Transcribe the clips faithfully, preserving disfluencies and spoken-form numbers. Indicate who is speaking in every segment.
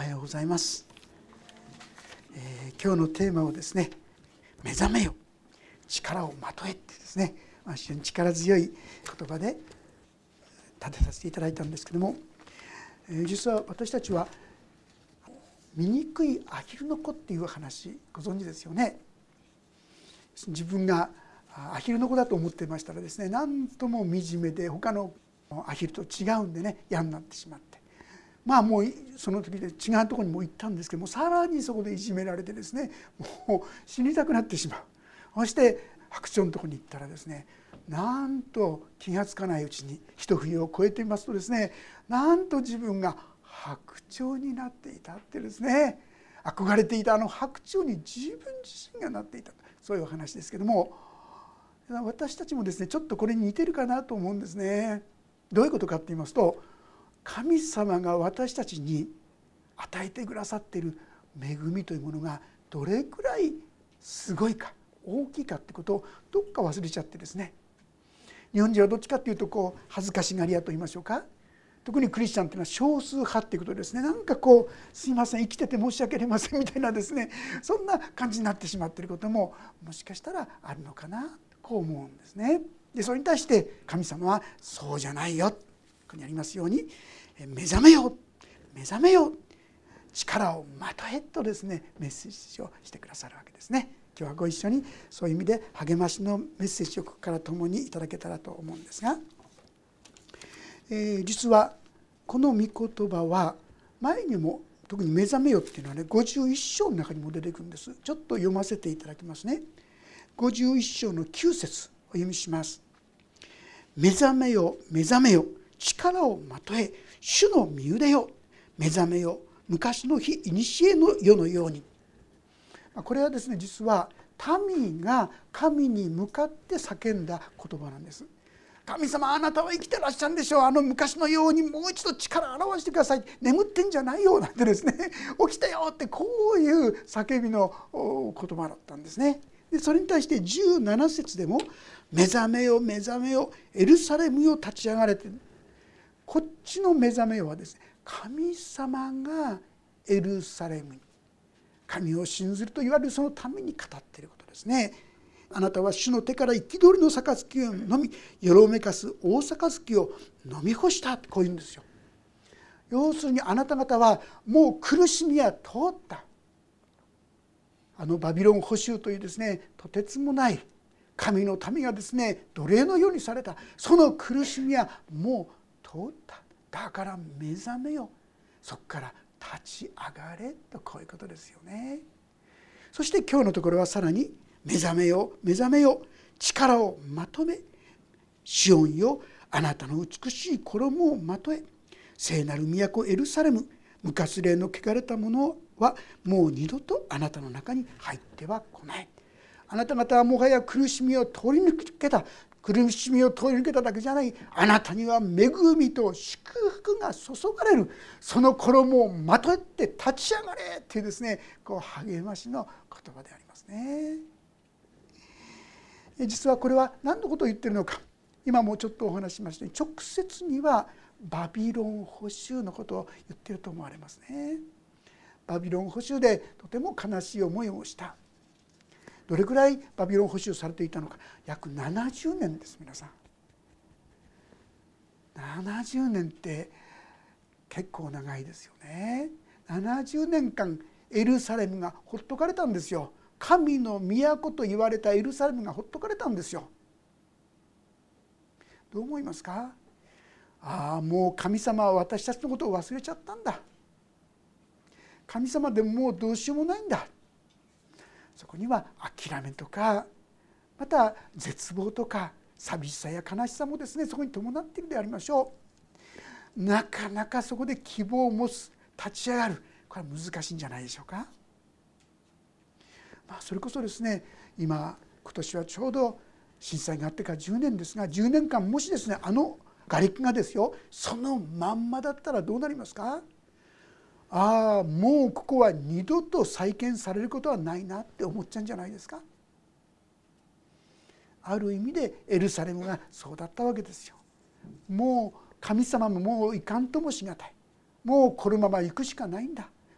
Speaker 1: はようございます、えー、今日のテーマをですね、目覚めよ、力をまとえってですね、まあ、非常に力強い言葉で立てさせていただいたんですけども、えー、実は私たちは醜いアヒルの子っていう話ご存知ですよね。自分がアヒルの子だと思ってましたらですね、なんとも惨めで他のアヒルと違うんでね、嫌になってしまって、まあもうその時で違うところにも行ったんですけども、さらにそこでいじめられてですね、もう死にたくなってしまう。そして白鳥のところに行ったらですね、なんと気がつかないうちに一冬を越えてみますとですね、なんと自分が白鳥になっていたってですね、憧れていたあの白鳥に自分自身がなっていた、そういうお話ですけども、私たちもですねちょっとこれに似てるかなと思うんですね。どういうことかって言いますと、神様が私たちに与えてくださっている恵みというものがどれくらいすごいか大きいかってことをどっか忘れちゃってですね、日本人はどっちかっていうとこう恥ずかしがり屋と言いましょうか、特にクリスチャンというのは少数派っていうことですね。なんかこうすいません生きてて申し訳ありませんみたいなですね、そんな感じになってしまっていることももしかしたらあるのかなとこう思うんですね。でそれに対して神様はそうじゃないよ、ここにありますように目覚めよ目覚めよ力をまとえとですねメッセージをしてくださるわけですね。今日はご一緒にそういう意味で励ましのメッセージをここから共にいただけたらと思うんですが、えー、実はこの御言葉は前にも特に目覚めよっていうのはねごじゅういっ章の中にも出てくるんです。ちょっと読ませていただきますね。ごじゅういっ章のきゅう節お読みします。目覚めよ目覚めよ力をまとえ主の身腕よ目覚めよ昔の日古の世のように。これはですね実は民が神に向かって叫んだ言葉なんです。神様あなたは生きてらっしゃるんでしょう、あの昔のようにもう一度力を表してください、眠ってんじゃないよなんてですね、起きてよってこういう叫びの言葉だったんですね。でそれに対してじゅうなな節でも目覚めよ目覚めよエルサレムよ立ち上がれて、こっちの目覚めよはですね神様がエルサレムに神を信ずると言われるそのために語っていることですね。あなたは主の手から憤りの杯を飲みよろめかす大杯を飲み干したってこう言うんですよ。要するにあなた方はもう苦しみは通った、あのバビロン捕囚というですねとてつもない神の民がですね奴隷のようにされたその苦しみはもう通った、だから目覚めよそこから立ち上がれとこういうことですよね。そして今日のところはさらに目覚めよ目覚めよ力をまとめシオンよあなたの美しい衣をまとえ聖なる都エルサレム昔霊の汚れたものはもう二度とあなたの中に入っては来ない。あなた方はもはや苦しみを通り抜けた、苦しみを通り抜けただけじゃない、あなたには恵みと祝福が注がれる、その衣をまとって立ち上がれっていうですねこう励ましの言葉でありますね。実はこれは何のことを言っているのか、今もちょっとお話ししましたように直接にはバビロン捕囚のことを言っていると思われますね。バビロン捕囚でとても悲しい思いをした。どれくらいバビロン捕囚されていたのか、約ななじゅうねんです。皆さんななじゅうねんって結構長いですよね。ななじゅうねんかんエルサレムがほっとかれたんですよ。神の都と言われたエルサレムがほっとかれたんですよ。どう思いますか。ああもう神様は私たちのことを忘れちゃったんだ、神様でももうどうしようもないんだ。そこには諦めとかまた絶望とか寂しさや悲しさもですねそこに伴っているでありましょう。なかなかそこで希望を持つ立ち上がる、これは難しいんじゃないでしょうか。まあ、それこそですね今今年はちょうど震災があってからじゅうねんですが、じゅうねんかんもしですねあの瓦礫がですよそのまんまだったらどうなりますか。ああもうここは二度と再建されることはないなって思っちゃうんじゃないですか。ある意味でエルサレムがそうだったわけですよ。もう神様ももういかんともしがたい、もうこのまま行くしかないんだ、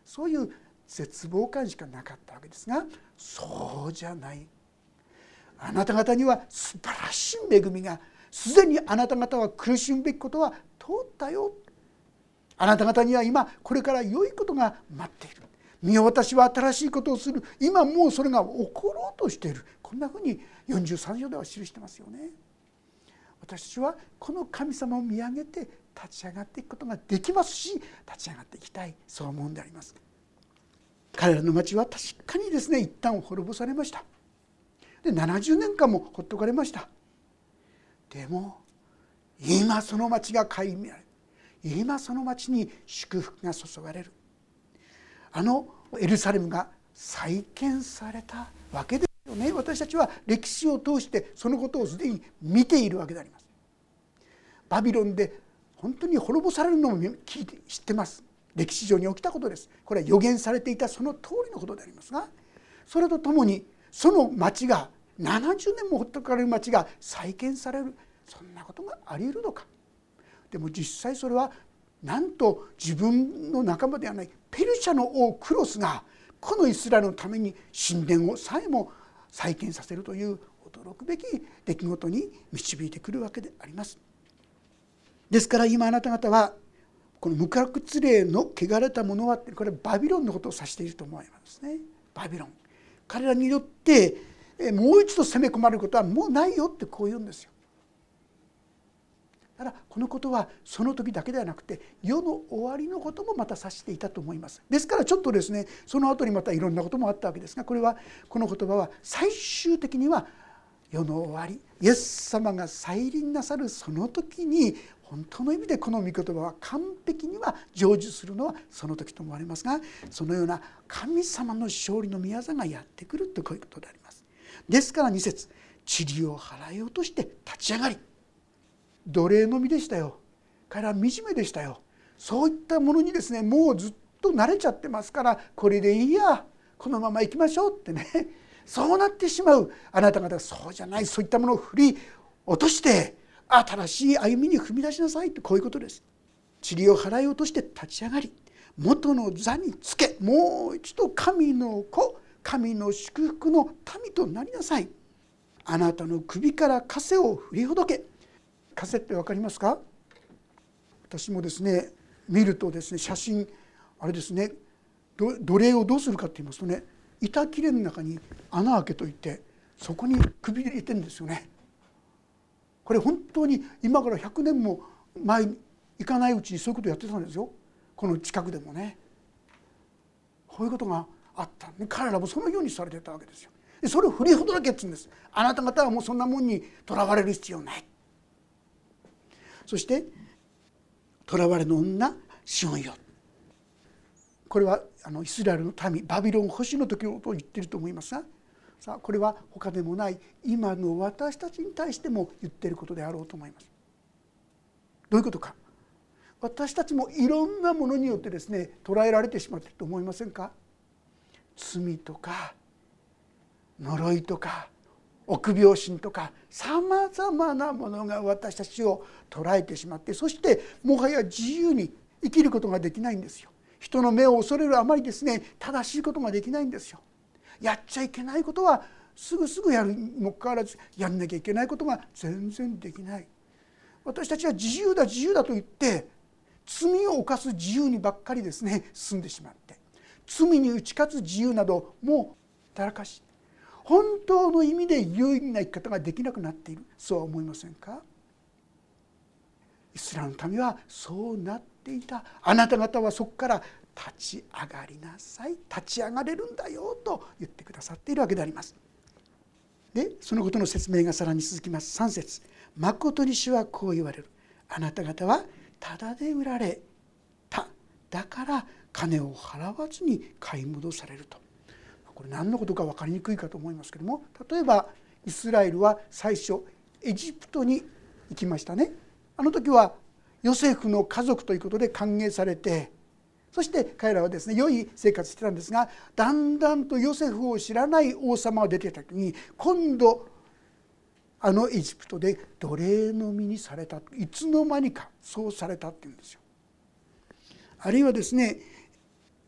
Speaker 1: そういう絶望感しかなかったわけですが、そうじゃない。あなた方には素晴らしい恵みが、すでにあなた方は苦しむべきことは通ったよ。あなた方には今これから良いことが待っている。見よ、私は新しいことをする。今もうそれが起ころうとしている。こんなふうによんじゅうさん章では記してますよね。私たちはこの神様を見上げて立ち上がっていくことができますし、立ち上がっていきたい、そう思うんであります。彼らの町は確かにですね、一旦滅ぼされました。でななじゅうねんかんもほっとかれました。でも今その町が顧みられる。今その町に祝福が注がれる。あのエルサレムが再建されたわけですよね。私たちは歴史を通してそのことをすでに見ているわけであります。バビロンで本当に滅ぼされるのも聞いて知ってます。歴史上に起きたことです。これは予言されていたその通りのことでありますが、それとともにその町がななじゅうねんもほっとかれる町が再建される、そんなことがあり得るのか。でも実際それはなんと自分の仲間ではないペルシャの王クロスがこのイスラエルのために神殿をさえも再建させるという驚くべき出来事に導いてくるわけであります。ですから今あなた方はこの無格連れの汚れたものは、これはバビロンのことを指していると思いますね。バビロン、彼らによってもう一度攻め込まれることはもうないよってこう言うんですよ。だからこのことはその時だけではなくて世の終わりのこともまた指していたと思います。ですからちょっとですね、その後にまたいろんなこともあったわけですが、これはこの言葉は最終的には世の終わり、イエス様が再臨なさるその時に本当の意味でこの御言葉は完璧には成就するのはその時と思われますが、そのような神様の勝利の御業がやってくるとこういうことであります。ですからに節、塵を払い落として立ち上がり、奴隷の身でしたよ。彼らは惨めでしたよ。そういったものにですね、もうずっと慣れちゃってますから、これでいいや、このまま行きましょうってね、そうなってしまうあなた方がそうじゃない、そういったものを振り落として新しい歩みに踏み出しなさいって、こういうことです。塵を払い落として立ち上がり、元の座につけ、もう一度神の子、神の祝福の民となりなさい。あなたの首から枷を振りほどけ。枷って分かりますか？私もですね見るとですね、写真あれですね、奴隷をどうするかって言いますとね、板切れの中に穴開けといてそこに首入れてるんですよね。これ本当に今からひゃくねんも前に行かないうちにそういうことをやってたんですよ。この近くでもね、こういうことがあったんで、彼らもそのようにされてたわけですよ。でそれを振りほどけって言うんです。あなた方はもうそんなもんにとらわれる必要ない。そして囚われの女シオンよ、これはあのイスラエルの民バビロン保守の時のことを言っていると思いますが、さあこれは他でもない今の私たちに対しても言っていることであろうと思います。どういうことか。私たちもいろんなものによってですね捉えられてしまっていると思いませんか？罪とか呪いとか臆病心とかさまざまなものが私たちを捉えてしまって、そしてもはや自由に生きることができないんですよ。人の目を恐れるあまりですね正しいことができないんですよ。やっちゃいけないことはすぐすぐやるにもかかわらず、やんなきゃいけないことが全然できない。私たちは自由だ自由だと言って罪を犯す自由にばっかりですね進んでしまって、罪に打ち勝つ自由などもうたらかし、本当の意味で有意義な生き方ができなくなっている、そうは思いませんか？イスラエルの民はそうなっていた。あなた方はそこから立ち上がりなさい、立ち上がれるんだよと言ってくださっているわけであります。でそのことの説明がさらに続きます。さん節、まことに主はこう言われる。あなた方はただで売られた、だから金を払わずに買い戻されると。これ何のことか分かりにくいかと思いますけども、例えばイスラエルは最初エジプトに行きましたね。あの時はヨセフの家族ということで歓迎されて、そして彼らはですね良い生活してたんですが、だんだんとヨセフを知らない王様が出てきた時に、今度あのエジプトで奴隷の身にされた、いつの間にかそうされたっていうんですよ。あるいはですね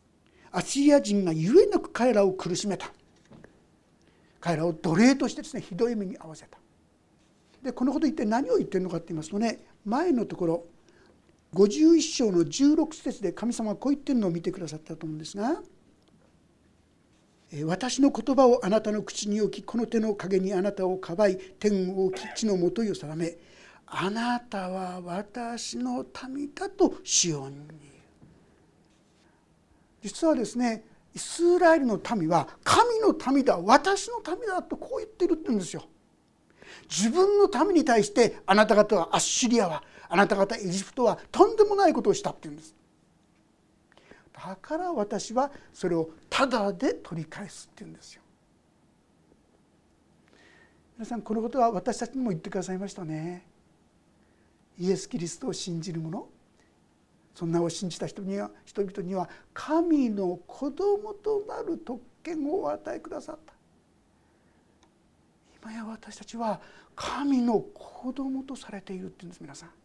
Speaker 1: アッシリア人がゆえなく彼らを苦しめた。彼らを奴隷としてですね、ひどい目に遭わせた。でこのこと一体何を言っているのかと言いますとね、前のところごじゅういっ章のじゅうろく節で神様はこう言っているのを見てくださったと思うんですが、私の言葉をあなたの口に置き、この手の陰にあなたをかばい、天を置き地のもといを定め、あなたは私の民だとシオンに言う。実はですね、イスラエルの民は神の民だ、私の民だとこう言ってるって言うんですよ。自分の民に対してあなた方はアッシリアは、あなた方エジプトはとんでもないことをしたって言うんです。だから私はそれをタダで取り返すって言うんですよ。皆さん、このことは私たちにも言ってくださいましたね。イエス・キリストを信じる者、そんなを信じた人には人々には神の子供となる特権をお与えくださった。今や私たちは神の子供とされているって言うんです。皆さん、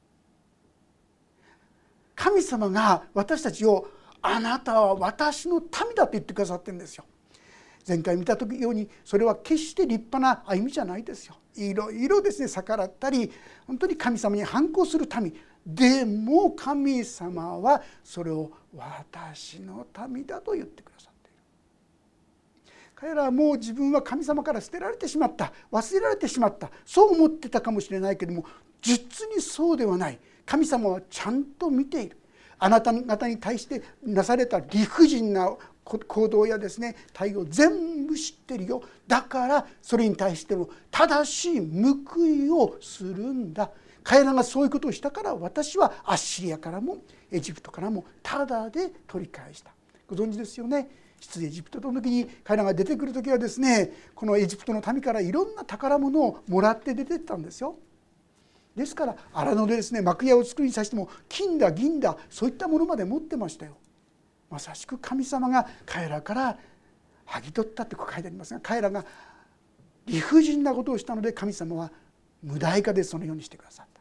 Speaker 1: 神様が私たちをあなたは私の民だと言ってくださってるんですよ。前回見た時ようにそれは決して立派な歩みじゃないですよ。いろいろですね逆らったり、本当に神様に反抗する民でも神様はそれを私の民だと言ってくださっている。彼らはもう自分は神様から捨てられてしまった、忘れられてしまった、そう思ってたかもしれないけれども、実にそうではない。神様はちゃんと見ている。あなた方に対してなされた理不尽な行動やですね対応全部知ってるよ。だからそれに対しても正しい報いをするんだ。彼らがそういうことをしたから私はアッシリアからもエジプトからもタダで取り返した。ご存知ですよね。出エジプトの時に彼らが出てくる時はですね、このエジプトの民からいろんな宝物をもらって出てったんですよ。ですから荒野でですね幕屋を作りにさしても金だ銀だそういったものまで持ってましたよ。まさしく神様が彼らから剥ぎ取ったって書いてありますが、彼らが理不尽なことをしたので神様は無代価でそのようにしてくださった。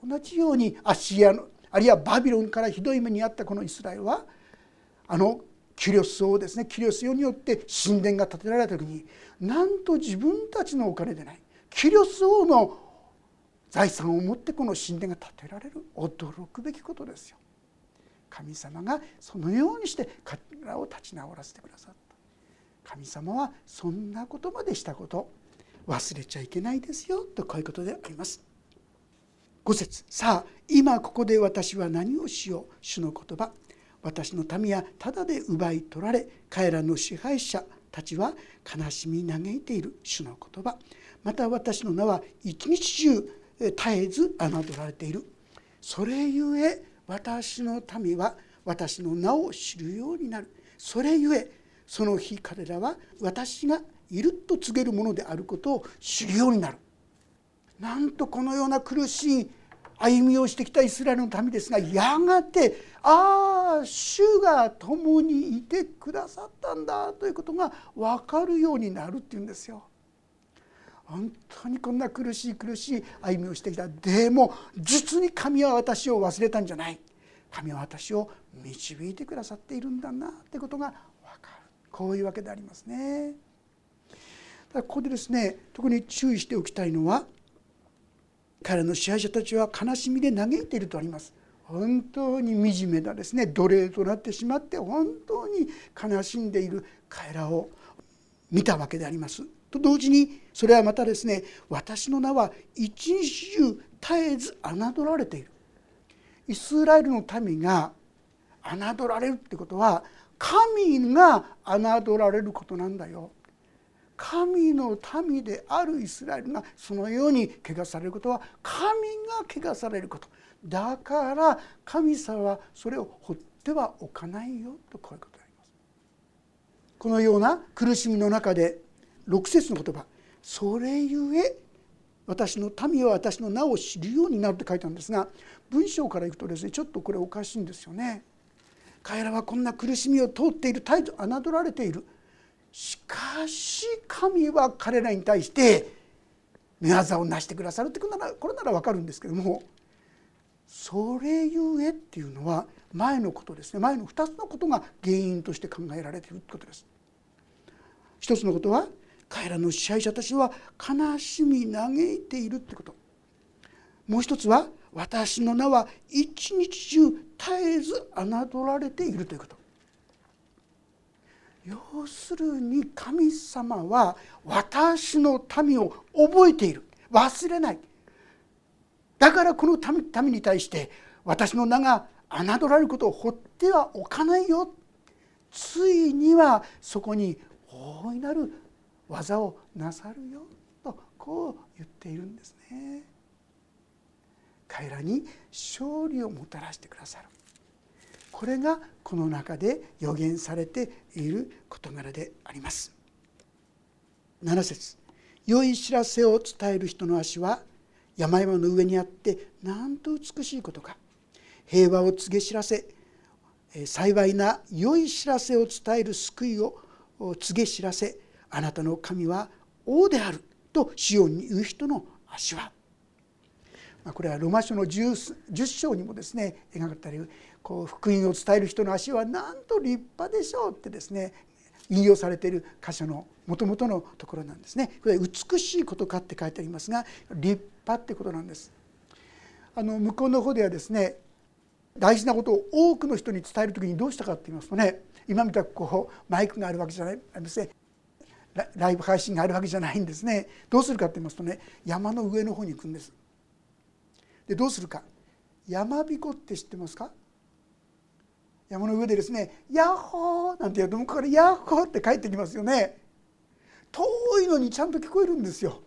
Speaker 1: 同じようにアッシリアのあるいはバビロンからひどい目に遭ったこのイスラエルは、あのキュリオス王ですね、キュリオス王によって神殿が建てられた時に、なんと自分たちのお金でないキュリオス王の財産を持ってこの神殿が建てられる、驚くべきことですよ。神様がそのようにして彼らを立ち直らせてくださった。神様はそんなことまでしたこと忘れちゃいけないですよと、こういうことであります。ご節、さあ今ここで私は何をしよう。主の言葉、私の民はただで奪い取られ、彼らの支配者たちは悲しみ嘆いている。主の言葉、また私の名は一日中絶えず侮られている。それゆえ私の民は私の名を知るようになる。それゆえその日彼らは私がいると告げるものであることを知るようになる。なんとこのような苦しい歩みをしてきたイスラエルの民ですが、やがてああ主が共にいてくださったんだということが分かるようになるっていうんですよ。本当にこんな苦しい苦しい歩みをしてきた。でも実に神は私を忘れたんじゃない。神は私を導いてくださっているんだなってことが分かる。こういうわけでありますね。だからここでですね、特に注意しておきたいのは、彼の支配者たちは悲しみで嘆いているとあります。本当に惨めだですね、奴隷となってしまって本当に悲しんでいる彼らを見たわけであります。と同時にそれはまたですね、私の名は一日中絶えず侮られている。イスラエルの民が侮られるってことは、神が侮られることなんだよ。神の民であるイスラエルがそのように汚されることは神が汚されることだから、神様はそれを放ってはおかないよと、こういうことであります。このような苦しみの中でろく節の言葉、それゆえ私の民は私の名を知るようになるって書いてあるんですが、文章からいくとですね、ちょっとこれおかしいんですよね。彼らはこんな苦しみを通っている、絶えず侮られている。しかし神は彼らに対して御業をなしてくださるってことなら、これなら分かるんですけども、 それゆえっていうのは前のことですね。前のふたつのことが原因として考えられているということです。一つのことは彼らの支配者たちは悲しみ嘆いているということ。もう一つは私の名は一日中絶えず侮られているということ。要するに神様は私の民を覚えている、忘れない。だからこの民に対して私の名が侮られることを放ってはおかないよ。ついにはそこに大いなる技をなさるよとこう言っているんですね。彼らに勝利をもたらしてくださる。これがこの中で予言されている事柄であります。なな節、良い知らせを伝える人の足は山々の上にあってなんと美しいことか。平和を告げ知らせ、幸いな良い知らせを伝える救いを告げ知らせ、あなたの神は王であるとシオンに言う人の足は。これはローマ書の 10, 10章にもですね描かれたり、こう福音を伝える人の足はなんと立派でしょうってですね引用されている箇所のもともとのところなんですね。これは美しいことかって書いてありますが、立派ってことなんです。あの向こうの方ではですね、大事なことを多くの人に伝えるときにどうしたかって言いますとね、今みたくこうマイクがあるわけじゃないですね、ライブ配信があるわけじゃないんですね。どうするかって言いますとね、山の上の方に行くんです。でどうするか、山彦って知ってますか？山の上でですね、ヤッホーなんて言うと向こうからヤッホーって帰ってきますよね。遠いのにちゃんと聞こえるんですよ。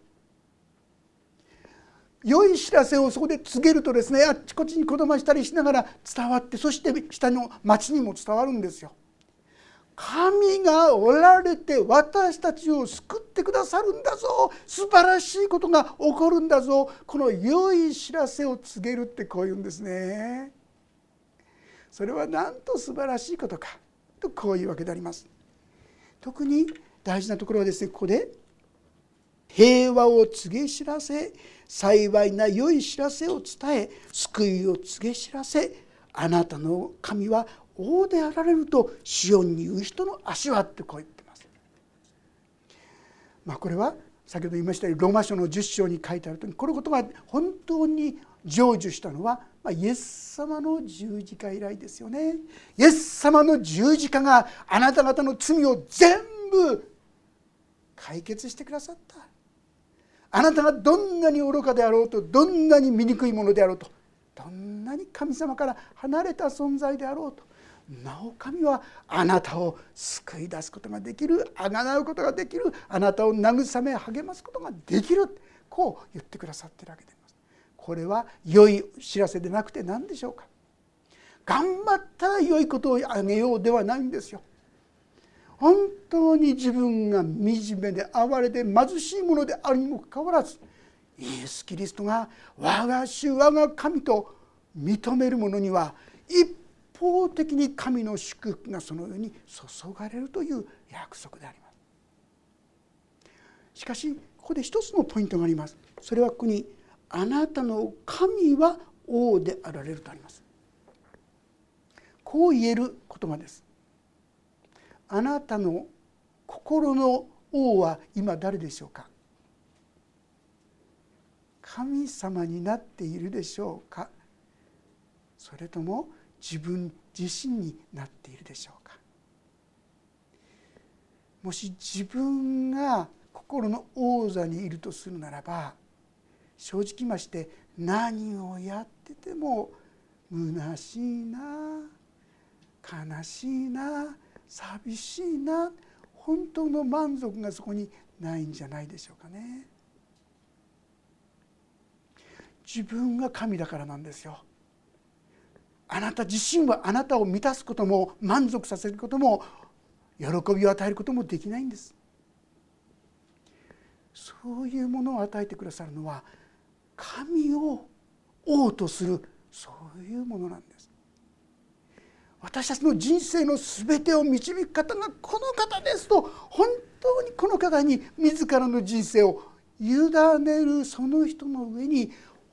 Speaker 1: 良い知らせをそこで告げるとですね、あっちこっちにこだましたりしながら伝わって、そして下の町にも伝わるんですよ。神がおられて私たちを救ってくださるんだぞ、素晴らしいことが起こるんだぞ、この良い知らせを告げるってこういうんですね。それはなんと素晴らしいことかとこういうわけであります。特に大事なところはですね、ここで平和を告げ知らせ、幸いな良い知らせを伝え、救いを告げ知らせ、あなたの神は王であられるとシオンに言う人の足はってこう言ってます。まあこれは先ほど言いましたようにローマ書のじゅっ章に書いてあるとおり、このことが本当に成就したのは、まあ、イエス様の十字架以来ですよね。イエス様の十字架があなた方の罪を全部解決してくださった。あなたがどんなに愚かであろうと、どんなに醜いものであろうと、どんなに神様から離れた存在であろうと、なお神はあなたを救い出すことができる、あがなうことができる、あなたを慰め励ますことができる、こう言ってくださっているわけであります。これは良い知らせでなくて何でしょうか。頑張ったら良いことをあげようではないんですよ。本当に自分が惨めで哀れで貧しいものであるにもかかわらず、イエス・キリストが我が主我が神と認める者には一方的に神の祝福がそのように注がれるという約束であります。しかしここで一つのポイントがあります。それはここにあなたの神は王であられるとあります。こう言える言葉です。あなたの心の王は今誰でしょうか。神様になっているでしょうか。それとも自分自身になっているでしょうか。もし自分が心の王座にいるとするならば、正直言いまして何をやってても虚しいな、悲しいな、寂しいな、本当の満足がそこにないんじゃないでしょうかね。自分が神だからなんですよ。あなた自身はあなたを満たすことも満足させることも喜びを与えることもできないんです。そういうものを与えてくださるのは神を王とする、そういうものなんです。私たちの人生のすべてを導く方がこの方ですと、本当にこの方に自らの人生を委ねるその人の上に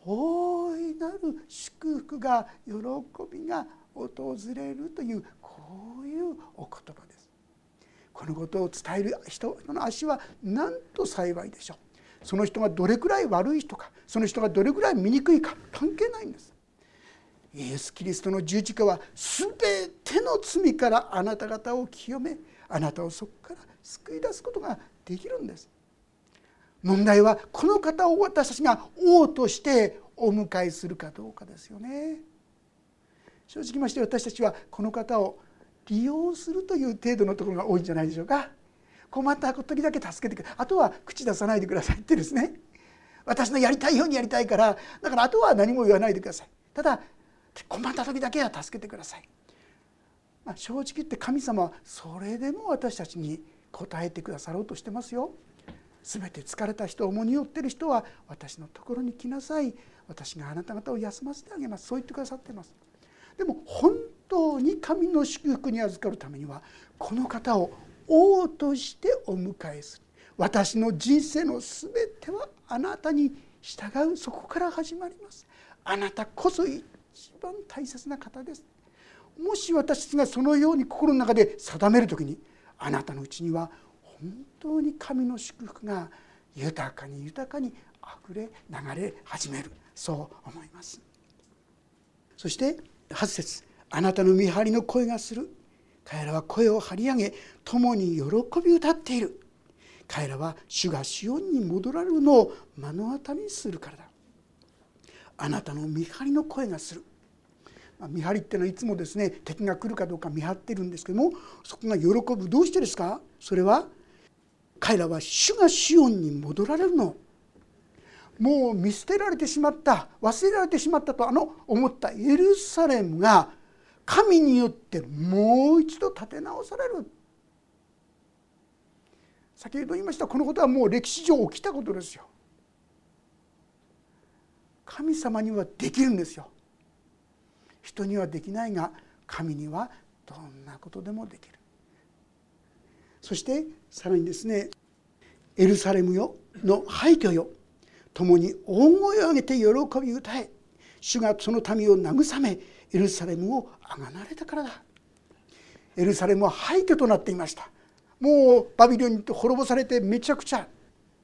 Speaker 1: 大いなる祝福が喜びが訪れるというこういうお言葉です。このことを伝える人の足はなんと幸いでしょう。その人がどれくらい悪い人か、その人がどれくらい醜いか関係ないんです。イエス・キリストの十字架は全ての罪からあなた方を清め、あなたをそこから救い出すことができるんです。問題はこの方を私たちが王としてお迎えするかどうかですよね。正直まして私たちはこの方を利用するという程度のところが多いんじゃないでしょうか。困った時だけ助けてくれ、あとは口出さないでくださいってですね、私のやりたいようにやりたいから、だからあとは何も言わないでください、ただ困った時だけは助けてください。まあ、正直言って神様はそれでも私たちに応えてくださろうとしてますよ。すべて疲れた人、重荷を負っている人は私のところに来なさい、私があなた方を休ませてあげます、そう言ってくださっています。でも本当に神の祝福に預かるためにはこの方を王としてお迎えする。私の人生のすべてはあなたに従う、そこから始まります。あなたこそ一番大切な方です。もし私たちがそのように心の中で定めるときに、あなたのうちには本当に神の祝福が豊かに豊かにあふれ流れ始める、そう思います。そしてはち節、あなたの見張りの声がする。彼らは声を張り上げ共に喜び歌っている。彼らは主がシオンに戻られるのを目の当たりにするからだ。あなたの見張りの声がする。見張りっていうのはいつもですね、敵が来るかどうか見張ってるんですけども、そこが喜ぶ。どうしてですか。それは彼らは主がシオンに戻られるの、もう見捨てられてしまった、忘れられてしまったとあの思ったエルサレムが神によってもう一度立て直される。先ほど言いました、このことはもう歴史上起きたことですよ。神様にはできるんですよ。人にはできないが神にはどんなことでもできる。そしてさらにですね、エルサレムよの廃墟よ、共に大声を上げて喜び歌え、主がその民を慰めエルサレムをあがなれたからだ。エルサレムは廃墟となっていました。もうバビロンに滅ぼされてめちゃくちゃ、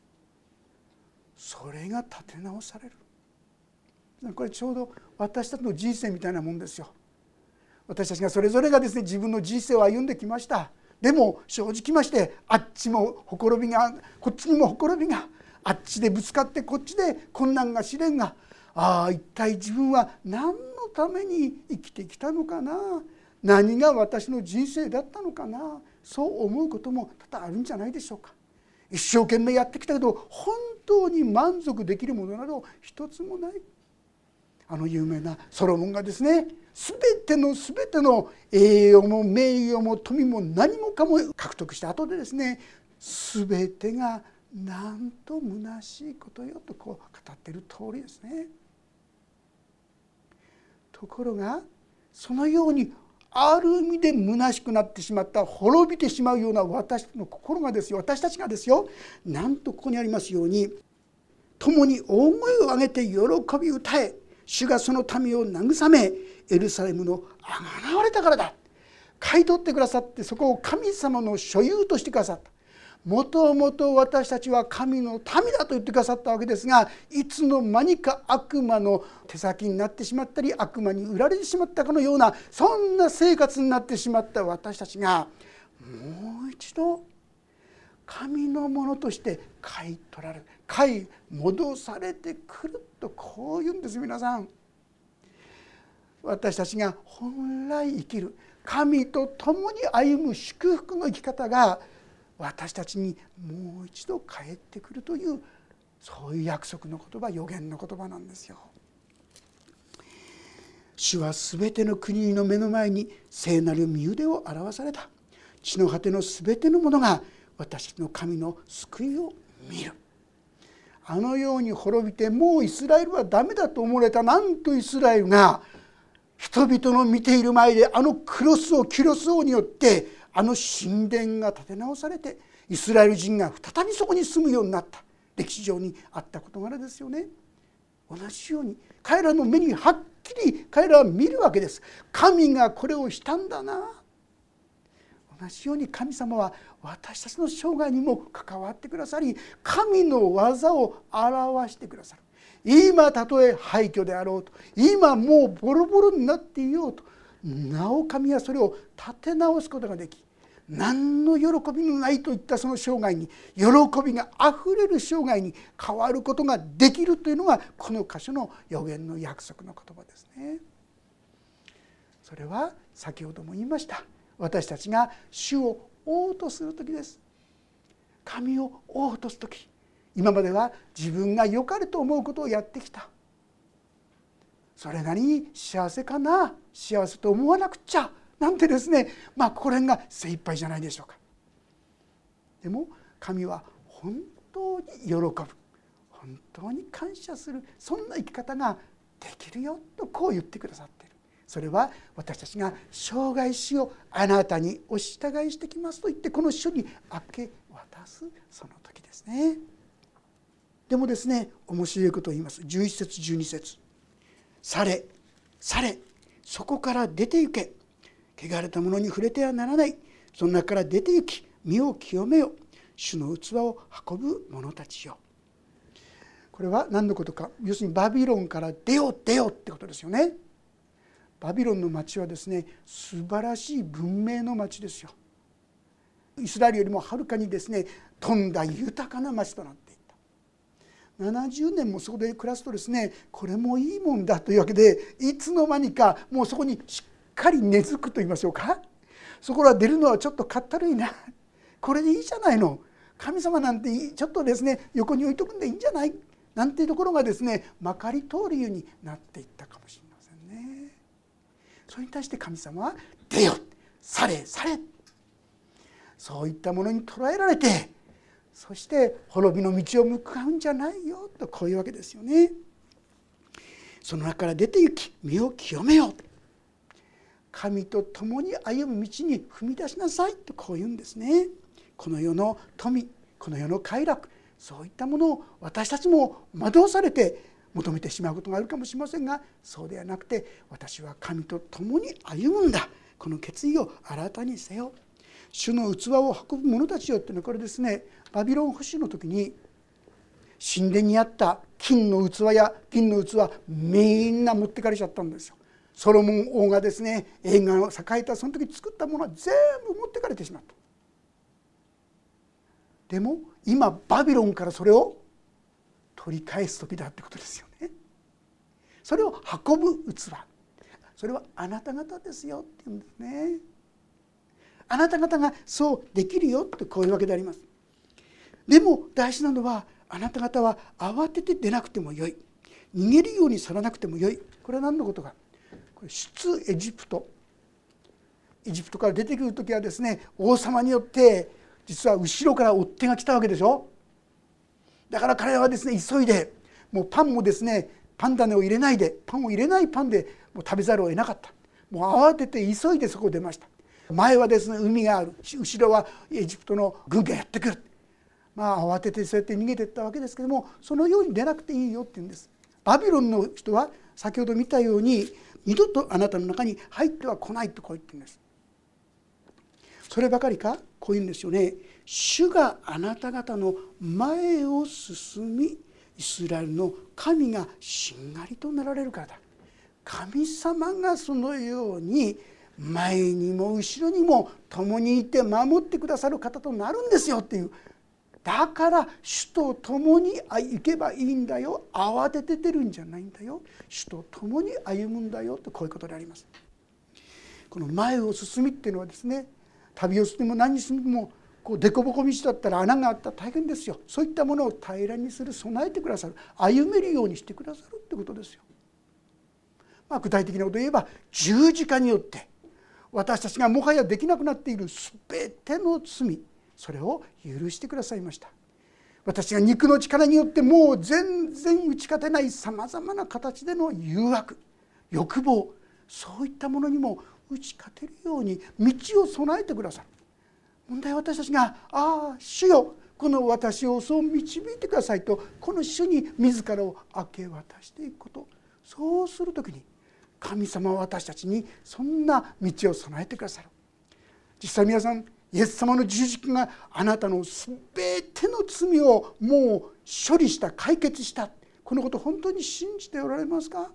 Speaker 1: それが立て直される。これちょうど私たちの人生みたいなもんですよ。私たちがそれぞれがですね、自分の人生を歩んできました。でも正直まして、あっちもほころびが、こっちにもほころびが、あっちでぶつかってこっちで困難が試練が、ああ一体自分は何のために生きてきたのかな、何が私の人生だったのかな、そう思うことも多々あるんじゃないでしょうか。一生懸命やってきたけど本当に満足できるものなど一つもない。あの有名なソロモンがですね、全ての全ての栄誉も名誉も富も何もかも獲得した後でですね、全てがなんと虚しいことよとこう語っている通りですね。ところがそのようにある意味で虚しくなってしまった、滅びてしまうような私の心がですよ、私たちがですよ、なんとここにありますように、共に大声を上げて喜び歌え、主がその民を慰めエルサレムのあがなわれたからだ。買い取ってくださって、そこを神様の所有としてくださった。もともと私たちは神の民だと言ってくださったわけですが、いつの間にか悪魔の手先になってしまったり、悪魔に売られてしまったかのような、そんな生活になってしまった私たちが、もう一度神のものとして買い取られる、買い戻されてくると、こう言うんです。皆さん、私たちが本来生きる神と共に歩む祝福の生き方が私たちにもう一度帰ってくるという、そういう約束の言葉、予言の言葉なんですよ。主はすべての国の目の前に聖なる身腕を表された。地の果てのすべてのものが私たちの神の救いを見る。あのように滅びて、もうイスラエルはダメだと思われた、なんとイスラエルが人々の見ている前で、あのクロス王キュロス王によってあの神殿が建て直されて、イスラエル人が再びそこに住むようになった、歴史上にあった事柄ですよね。 同じように彼らの目にはっきり彼らは見るわけです。神がこれをしたんだな。同じように神様は私たちの生涯にも関わってくださり、神の技を表してくださる。今たとえ廃墟であろうと、今もうボロボロになっていようと、なお神はそれを立て直すことができ、何の喜びもないといったその生涯に喜びがあふれる生涯に変わることができるというのがこの箇所の預言の約束の言葉ですね。それは先ほども言いました。私たちが主を追おうとする時です。神を追おうとする時、今までは自分が良かれと思うことをやってきた。それなりに幸せかな、幸せと思わなくちゃなんてですね、まあこれが精一杯じゃないでしょうか。でも神は本当に喜ぶ、本当に感謝する、そんな生き方ができるよとこう言ってくださっている。それは私たちが生涯死をあなたにお従いしてきますと言ってこの書に明け渡すその時ですね。でもですね、面白いことを言います。じゅういち節じゅうに節、されされそこから出て行け、汚れたものに触れてはならない、その中から出て行き身を清めよ、主の器を運ぶ者たちよ。これは何のことか、要するにバビロンから出よ出よってことですよね。バビロンの町はですね、素晴らしい文明の町ですよ。イスラエルよりもはるかにですね富んだ豊かな町となっていた。ななじゅうねんもそこで暮らすとですね、これもいいもんだというわけで、いつの間にかもうそこにしっかり根付くと言いましょうか、そこから出るのはちょっとかったるいな、これでいいじゃないの、神様なんてちょっとですね横に置いとくんでいいんじゃないなんていうところがですねまかり通るようになっていったかもしれませんね。それに対して神様は出よ、されされ、そういったものに捉えられて、そして滅びの道を向かうんじゃないよとこういうわけですよね。その中から出て行き身を清めよう、神と共に歩む道に踏み出しなさいとこう言うんですね。この世の富、この世の快楽、そういったものを私たちも惑わされて求めてしまうことがあるかもしれませんが、そうではなくて私は神と共に歩むんだ、この決意を新たにせよ。主の器を運ぶ者たちよっていうのはこれですね、バビロン捕囚の時に神殿にあった金の器や銀の器みんな持ってかれちゃったんですよ。ソロモン王がですね栄華を栄えたその時作ったものは全部持ってかれてしまった。でも今バビロンからそれを取り返す時だってことですよね。それを運ぶ器、それはあなた方ですよって言うんですね。あなた方がそうできるよってこういうわけであります。でも大事なのは、あなた方は慌てて出なくてもよい、逃げるように去らなくてもよい。これは何のことか、これ出エジプト、エジプトから出てくる時はですね、王様によって実は後ろから追っ手が来たわけでしょ。だから彼らはですね急いで、もうパンもですねパン種を入れないで、パンを入れないパンでもう食べざるを得なかった。もう慌てて急いでそこを出ました。前はですね海がある、後ろはエジプトの軍がやってくる。まあ慌ててそうやって逃げていったわけですけども、そのように出なくていいよって言うんです。バビロンの人は先ほど見たように二度とあなたの中に入っては来ないとこう言ってるんです。そればかりか、こう言うんですよね。主があなた方の前を進み、イスラエルの神がしんがりとなられるからだ。神様がそのように前にも後ろにも共にいて守ってくださる方となるんですよっていう。だから主と共に行けばいいんだよ、慌てて出るんじゃないんだよ、主と共に歩むんだよと、こういうことであります。この前を進みっていうのはですね、旅をしても何にしてもこう凸凹道だったら穴があったら大変ですよ。そういったものを平らにする、備えてくださる、歩めるようにしてくださるってことですよ。まあ、具体的なことを言えば十字架によって私たちがもはやできなくなっている全ての罪、それを許してくださいました。私が肉の力によってもう全然打ち勝てないさまざまな形での誘惑、欲望、そういったものにも打ち勝てるように道を備えてくださる。問題は私たちが、ああ主よこの私をそう導いてくださいと、この主に自らを明け渡していくこと。そうするときに神様は私たちにそんな道を備えてくださる。実際皆さん、イエス様の十字架があなたのすべての罪をもう処理した、解決した、このこと本当に信じておられますか？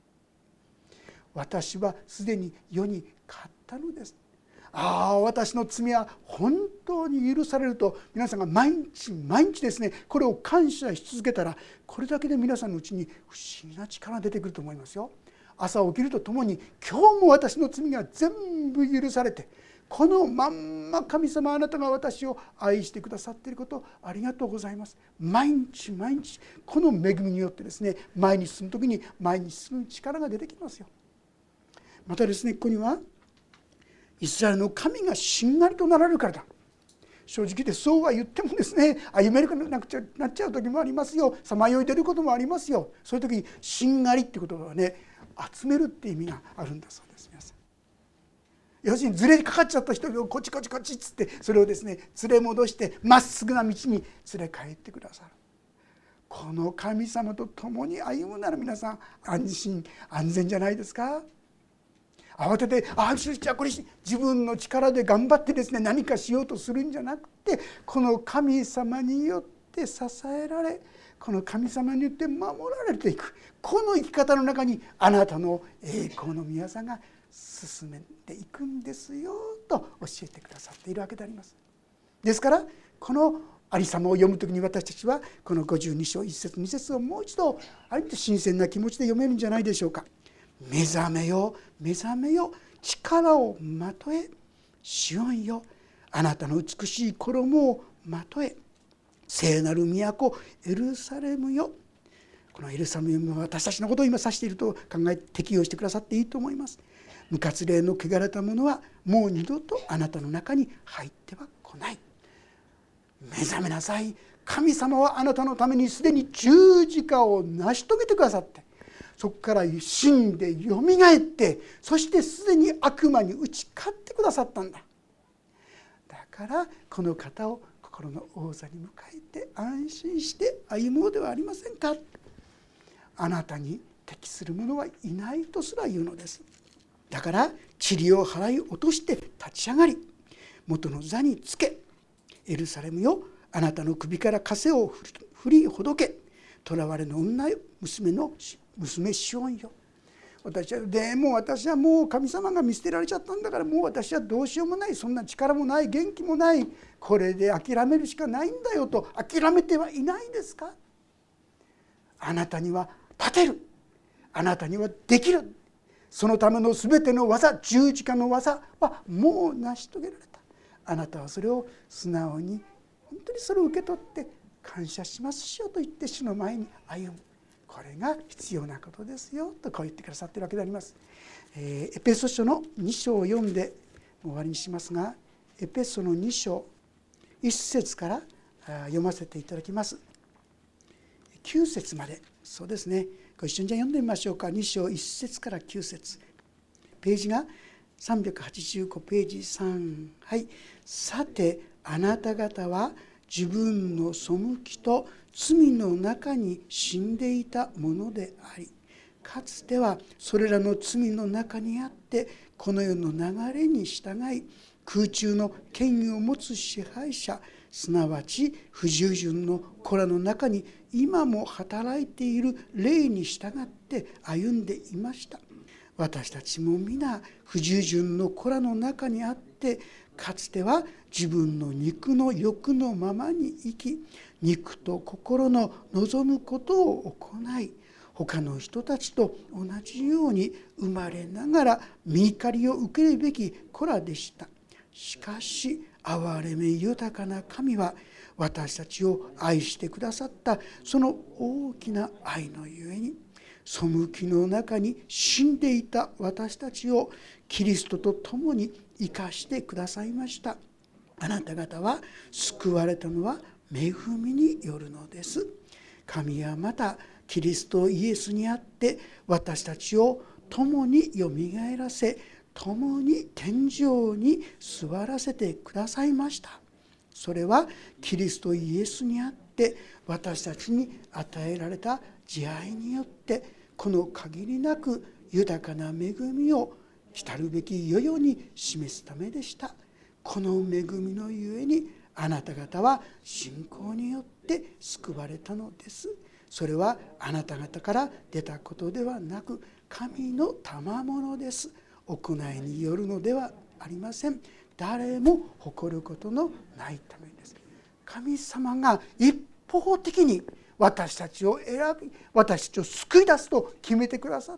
Speaker 1: 私はすでに世に勝ったのです。ああ、私の罪は本当に許されると、皆さんが毎日毎日ですね、これを感謝し続けたら、これだけで皆さんのうちに不思議な力が出てくると思いますよ。朝起きるとともに、今日も私の罪が全部許されて、このまんま神様、あなたが私を愛してくださっていること、ありがとうございます。毎日毎日この恵みによってですね、前に進む時に前に進む力が出てきますよ。またですね、ここにはイスラエルの神がしんがりとなられるからだ。正直言ってそうは言ってもですね、歩めるくなくちゃなっちゃう時もありますよ。さまよいでることもありますよ。そういう時にしんがりっていう言葉はね、集めるって意味があるんだそうです。皆さん、要するにずれかかっちゃった人をこっちこっちこっちっつって、それをですね連れ戻してまっすぐな道に連れ帰ってくださる。この神様と共に歩むなら、皆さん安心安全じゃないですか。慌ててああしちゃこれし自分の力で頑張ってですね何かしようとするんじゃなくて、この神様によって支えられ、この神様によって守られていく、この生き方の中にあなたの栄光の御業が進めていくんですよと教えてくださっているわけであります。ですからこのありさまを読むときに、私たちはこのごじゅうに章いっ節に節をもう一度あると新鮮な気持ちで読めるんじゃないでしょうか。目覚めよ目覚めよ、力をまとえ、シオンよ、あなたの美しい衣をまとえ、聖なる都エルサレムよ。このエルサレムは私たちのことを今指していると考え適用してくださっていいと思います。無活霊の汚れたものはもう二度とあなたの中に入っては来ない。目覚めなさい。神様はあなたのためにすでに十字架を成し遂げてくださって、そこから死んでよみがえって、そしてすでに悪魔に打ち勝ってくださったんだ。だからこの方を心の王座に迎えて安心して歩もうではありませんか。あなたに適する者はいないとすら言うのです。だから塵を払い落として立ち上がり、元の座につけ、エルサレムよ、あなたの首から枷を振りほどけ、囚われの女よ、娘の娘シオンよ。私はでも私はもう神様が見捨てられちゃったんだから、もう私はどうしようもない、そんな力もない、元気もない、これで諦めるしかないんだよと諦めてはいないですか。あなたには立てる、あなたにはできる、そのためのすべての技、十字架の技はもう成し遂げられた。あなたはそれを素直に本当にそれを受け取って感謝しますしようと言って主の前に歩む、これが必要なことですよとこう言ってくださっているわけであります。えー、エペソ書のに章を読んで終わりにしますが、エペソのに章いっ節から読ませていただきます。きゅう節まで、そうですね、ご一緒にじゃあ読んでみましょうか。に章いっ節からきゅう節、ページがさんびゃくはちじゅうごページさん。はい。さてあなた方は自分の背きと罪の中に死んでいたものであり、かつてはそれらの罪の中にあってこの世の流れに従い、空中の権威を持つ支配者、すなわち不従順の子らの中に今も働いている霊に従って歩んでいました。私たちも皆不従順の子らの中にあって、かつては自分の肉の欲のままに生き、肉と心の望むことを行い、他の人たちと同じように生まれながら御怒りを受けるべき子らでした。しかし憐れみ豊かな神は、私たちを愛してくださったその大きな愛のゆえに、背きの中に死んでいた私たちをキリストと共に生かしてくださいました。あなた方は救われたのは恵みによるのです。神はまたキリストイエスにあって私たちを共によみがえらせ、共に天上に座らせてくださいました。 それはキリストイエスにあって私たちに与えられた慈愛によってこの限りなく豊かな恵みを来るべき世々に示すためでした。この恵みのゆえにあなた方は信仰によって救われたのです。それはあなた方から出たことではなく神の賜物です。行いによるのではありません。誰も誇ることのないためです。神様が一方的に私たちを選び、私たちを救い出すと決めてくださった。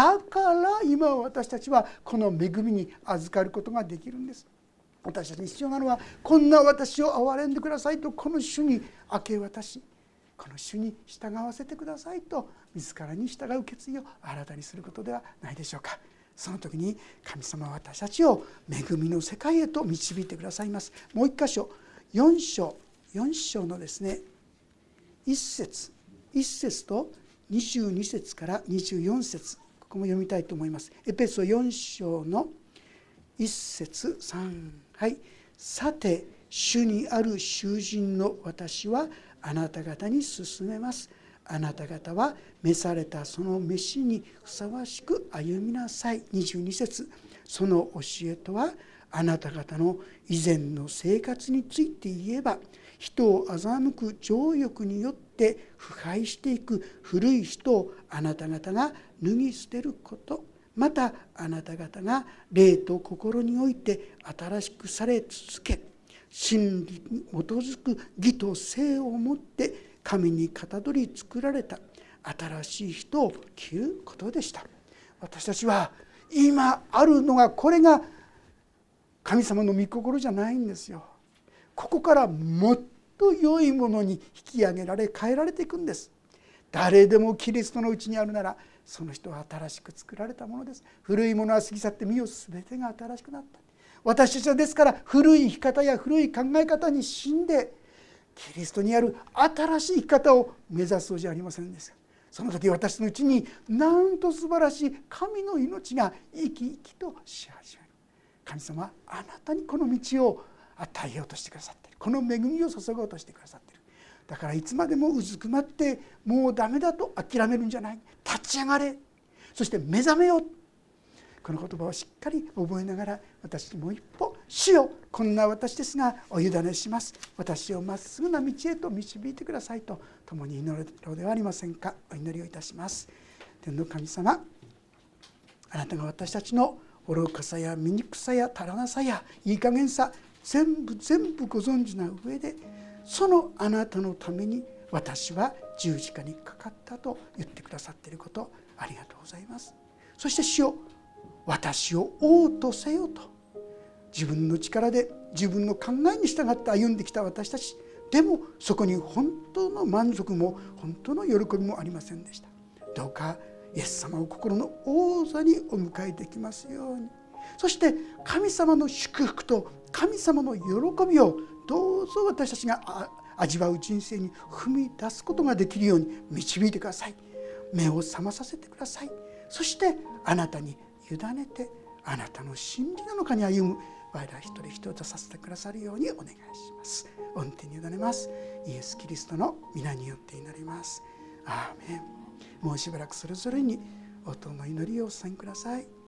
Speaker 1: だから今私たちはこの恵みに預かることができるんです。私たちに必要なのは、こんな私を憐れんでくださいとこの主に明け渡し、この主に従わせてくださいと自らに従う決意を新たにすることではないでしょうか。その時に神様は私たちを恵みの世界へと導いてくださいます。もう一箇所、よん章よん章のですねいっ節いっ節とにじゅうに節からにじゅうよん節、ここも読みたいと思います。エペソよん章のいっ節さん、はい。さて主にある囚人の私はあなた方に勧めます。あなた方は召されたその召しにふさわしく歩みなさい。にじゅうに節、その教えとはあなた方の以前の生活について言えば、人を欺く情欲によって腐敗していく古い人をあなた方が脱ぎ捨てること、またあなた方が霊と心において新しくされ続け、真理に基づく義と誠をもって神にかたどり作られた新しい人を着ることでした。私たちは今あるのが、これが神様の御心じゃないんですよ。ここからもっと良いものに引き上げられ変えられていくんです。誰でもキリストのうちにあるなら、その人は新しく作られたものです。古いものは過ぎ去って見よ、すべてが新しくなった。私たちはですから古い生き方や古い考え方に死んで、キリストにある新しい生き方を目指すのじゃありませんでした。その時私のうちになんと素晴らしい神の命が生き生きとし始める。神様はあなたにこの道を与えようとしてくださっている。この恵みを注ごうとしてくださっている。だからいつまでもうずくまってもうダメだと諦めるんじゃない。立ち上がれ、そして目覚めよう。この言葉をしっかり覚えながら、私にもう一歩、主よ、こんな私ですがお委ねします。私をまっすぐな道へと導いてくださいと共に祈るのではありませんか。お祈りをいたします。天の神様、あなたが私たちの愚かさや醜さや足らなさやいい加減さ、全部全部ご存知な上で、そのあなたのために私は十字架にかかったと言ってくださっていること、ありがとうございます。そして主よ、私を王とせよと、自分の力で自分の考えに従って歩んできた私たちでも、そこに本当の満足も本当の喜びもありませんでした。どうかイエス様を心の王座にお迎えできますように、そして神様の祝福と神様の喜びをどうぞ私たちが味わう人生に踏み出すことができるように導いてください。目を覚まさせてください。そしてあなたに委ねて、あなたの真理なのかに歩む我ら一人一人とさせてくださるようにお願いします。御手に委ねます。イエス・キリストの皆によって祈ります。アーメン。もうしばらくそれぞれに応答の祈りをお捧げください。